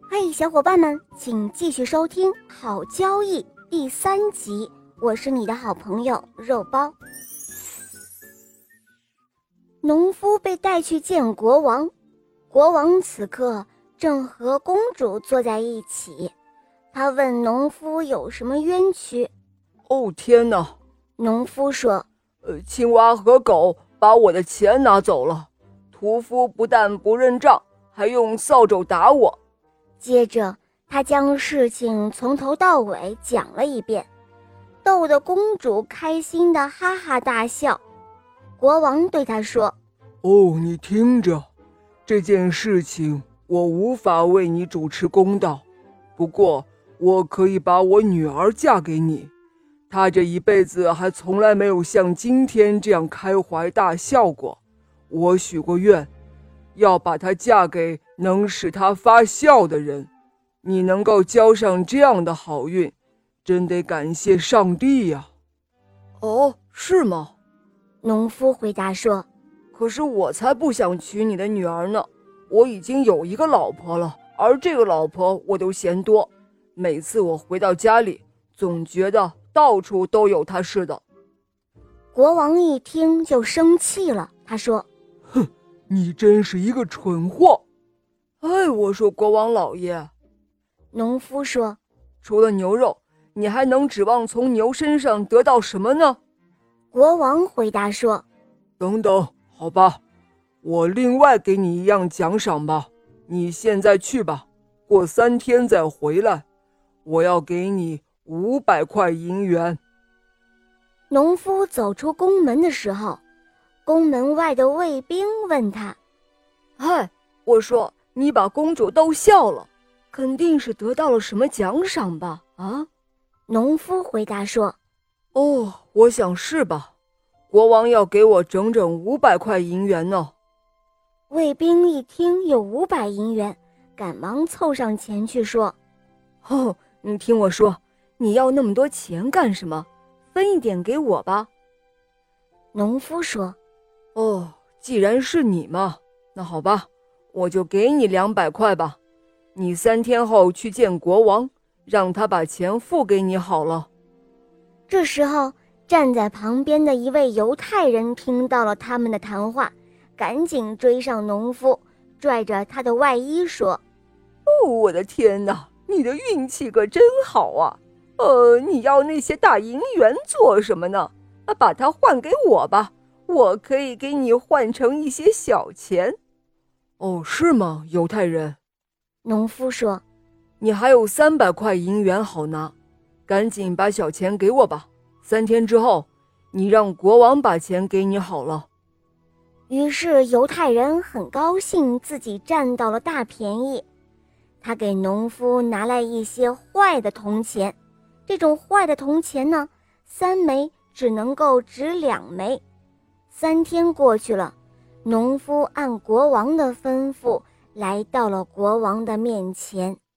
嘿，小伙伴们，请继续收听《好交易》第3集。我是你的好朋友肉包。农夫被带去见国王，国王此刻正和公主坐在一起。他问农夫有什么冤屈。 哦天哪！ 农夫说： 青蛙和狗把我的钱拿走了，屠夫不但不认账，还用扫帚打我。 接着他将事情从头到尾讲了一遍，逗得公主开心的哈哈大笑。国王对他说： 哦，你听着，这件事情我无法为你主持公道，不过我可以把我女儿嫁给你。她这一辈子还从来没有像今天这样开怀大笑过。我许过愿，要把她嫁给能使她发笑的人。你能够交上这样的好运，真得感谢上帝呀。哦，是吗？ 农夫回答说： 可是我才不想娶你的女儿呢，我已经有一个老婆了，而这个老婆我都嫌多。每次我回到家里，总觉得到处都有她似的。 国王一听就生气了，他说： 哼，你真是一个蠢货。哎，我说国王老爷。 农夫说： 除了牛肉，你还能指望从牛身上得到什么呢？ 国王回答说： 等等，好吧，我另外给你一样奖赏吧。你现在去吧，过3天再回来，我要给你500块银元。 农夫走出宫门的时候，宫门外的卫兵问他： 嗨，我说你把公主逗笑了，肯定是得到了什么奖赏吧？啊？ 农夫回答说： 哦，我想是吧，国王要给我整整500块银元呢。 卫兵一听有500银元，赶忙凑上前去说： 哦，你听我说，你要那么多钱干什么？分一点给我吧。 农夫说： 哦，既然是你嘛，那好吧，我就给你200块吧。你3天后去见国王，让他把钱付给你好了。 这时候站在旁边的一位犹太人听到了他们的谈话，赶紧追上农夫，拽着他的外衣说： 哦，我的天哪，你的运气可真好啊！你要那些大银元做什么呢？把它换给我吧，我可以给你换成一些小钱。哦，是吗，犹太人？ 农夫说： 你还有300块银元好拿，赶紧把小钱给我吧。3天之后，你让国王把钱给你好了。 于是犹太人很高兴自己占到了大便宜，他给农夫拿来一些坏的铜钱，这种坏的铜钱呢，3枚只能够值2枚。3天过去了，农夫按国王的吩咐来到了国王的面前。